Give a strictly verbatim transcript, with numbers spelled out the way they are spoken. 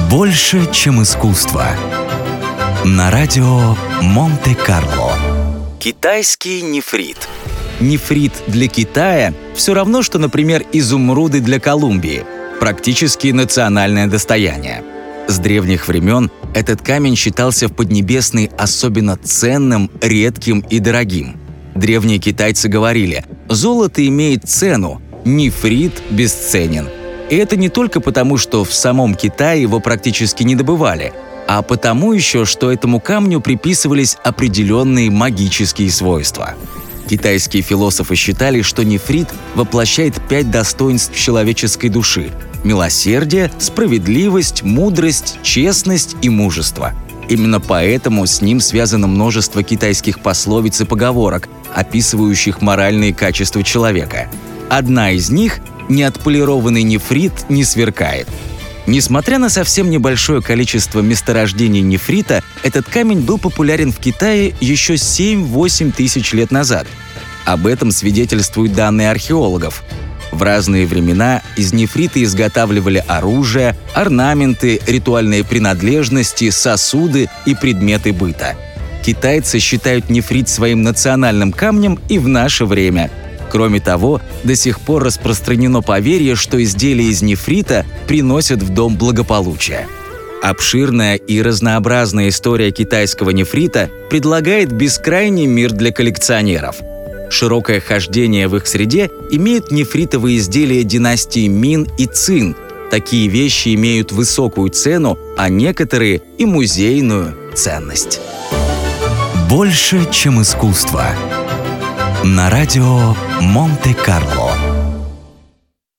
Больше, чем искусство. На радио Монте-Карло. Китайский нефрит. Нефрит для Китая все равно, что, например, изумруды для Колумбии. Практически национальное достояние. С древних времен этот камень считался в Поднебесной особенно ценным, редким и дорогим. Древние китайцы говорили: «Золото имеет цену, нефрит бесценен». И это не только потому, что в самом Китае его практически не добывали, а потому еще, что этому камню приписывались определенные магические свойства. Китайские философы считали, что нефрит воплощает пять достоинств человеческой души – милосердие, справедливость, мудрость, честность и мужество. Именно поэтому с ним связано множество китайских пословиц и поговорок, описывающих моральные качества человека. Одна из них – «Неотполированный нефрит не сверкает». Несмотря на совсем небольшое количество месторождений нефрита, этот камень был популярен в Китае еще семь-восемь тысяч лет назад. Об этом свидетельствуют данные археологов. В разные времена из нефрита изготавливали оружие, орнаменты, ритуальные принадлежности, сосуды и предметы быта. Китайцы считают нефрит своим национальным камнем и в наше время. Кроме того, до сих пор распространено поверье, что изделия из нефрита приносят в дом благополучие. Обширная и разнообразная история китайского нефрита предлагает бескрайний мир для коллекционеров. Широкое хождение в их среде имеют нефритовые изделия династии Мин и Цин. Такие вещи имеют высокую цену, а некоторые и музейную ценность. Больше, чем искусство. На радио Монте-Карло.